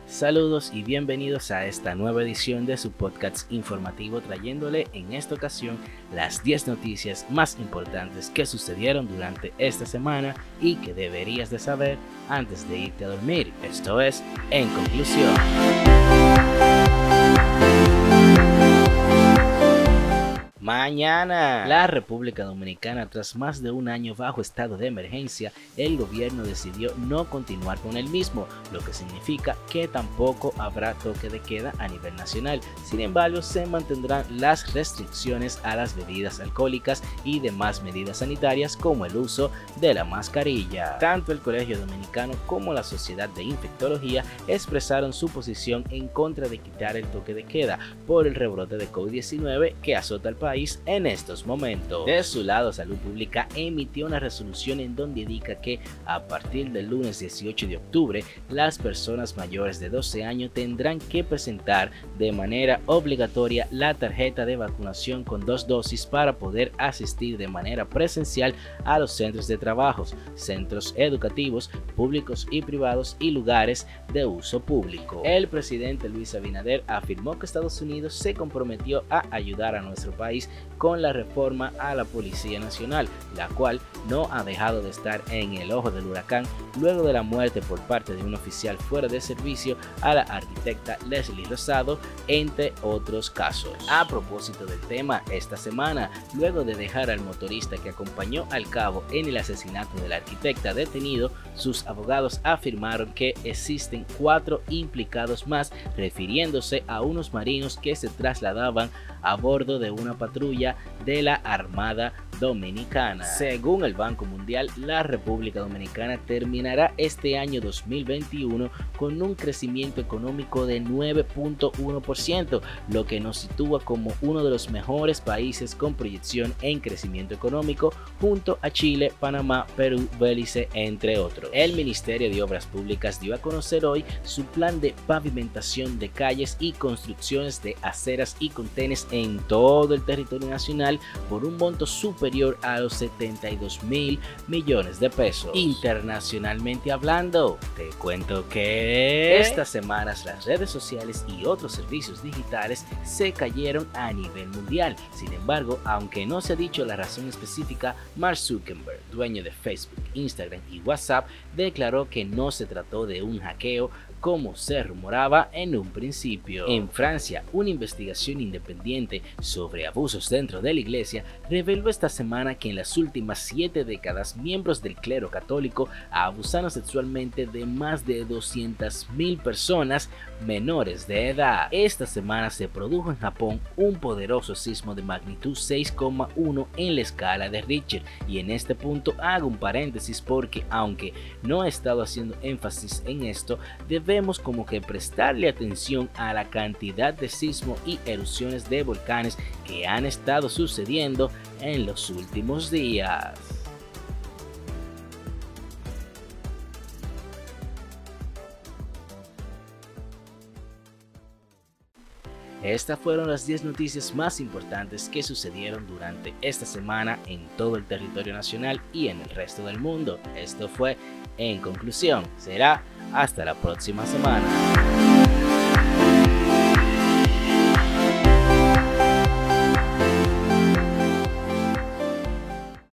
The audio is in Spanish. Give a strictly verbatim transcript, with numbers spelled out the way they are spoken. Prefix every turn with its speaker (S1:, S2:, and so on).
S1: Saludos y bienvenidos a esta nueva edición de su podcast informativo, trayéndole en esta ocasión las diez noticias más importantes que sucedieron durante esta semana y que deberías de saber antes de irte a dormir. Esto es En Conclusión. Mañana, la República Dominicana, tras más de un año bajo estado de emergencia, el gobierno decidió no continuar con el mismo, lo que significa que tampoco habrá toque de queda a nivel nacional. Sin embargo, se mantendrán las restricciones a las bebidas alcohólicas y demás medidas sanitarias como el uso de la mascarilla. Tanto el Colegio Dominicano como la Sociedad de Infectología expresaron su posición en contra de quitar el toque de queda por el rebrote de COVID diecinueve que azota al país en estos momentos. De su lado, Salud Pública emitió una resolución en donde indica que a partir del lunes dieciocho de octubre las personas mayores de doce años tendrán que presentar de manera obligatoria la tarjeta de vacunación con dos dosis para poder asistir de manera presencial a los centros de trabajo, centros educativos públicos y privados y lugares de uso público. El presidente Luis Abinader afirmó que Estados Unidos se comprometió a ayudar a nuestro país con la reforma a la Policía Nacional, la cual no ha dejado de estar en el ojo del huracán luego de la muerte por parte de un oficial fuera de servicio a la arquitecta Leslie Rosado, entre otros casos. A propósito del tema, esta semana, luego de dejar al motorista que acompañó al cabo en el asesinato del arquitecta detenido, sus abogados afirmaron que existen cuatro implicados más, refiriéndose a unos marinos que se trasladaban a bordo de una patrulla de la Armada Dominicana. Según el Banco Mundial, la República Dominicana terminará este año dos mil veintiuno con un crecimiento económico de nueve punto uno por ciento, lo que nos sitúa como uno de los mejores países con proyección en crecimiento económico, junto a Chile, Panamá, Perú, Belice, entre otros. El Ministerio de Obras Públicas dio a conocer hoy su plan de pavimentación de calles y construcciones de aceras y contenes en todo el territorio nacional por un monto superior a los setenta y dos mil millones de pesos. Internacionalmente hablando, te cuento que estas semanas las redes sociales y otros servicios digitales se cayeron a nivel mundial. Sin embargo, aunque no se ha dicho la razón específica, Mark Zuckerberg, dueño de Facebook, Instagram y WhatsApp, declaró que no se trató de un hackeo como se rumoraba en un principio. En Francia, una investigación independiente sobre abusos dentro de la iglesia reveló esta semana que en las últimas siete décadas miembros del clero católico abusaron sexualmente de más de doscientas mil personas menores de edad. Esta semana se produjo en Japón un poderoso sismo de magnitud seis coma uno en la escala de Richter, y en este punto hago un paréntesis porque aunque no he estado haciendo énfasis en esto, debemos Debemos como que prestarle atención a la cantidad de sismos y erupciones de volcanes que han estado sucediendo en los últimos días. Estas fueron las diez noticias más importantes que sucedieron durante esta semana en todo el territorio nacional y en el resto del mundo. Esto fue En Conclusión. Será hasta la próxima semana.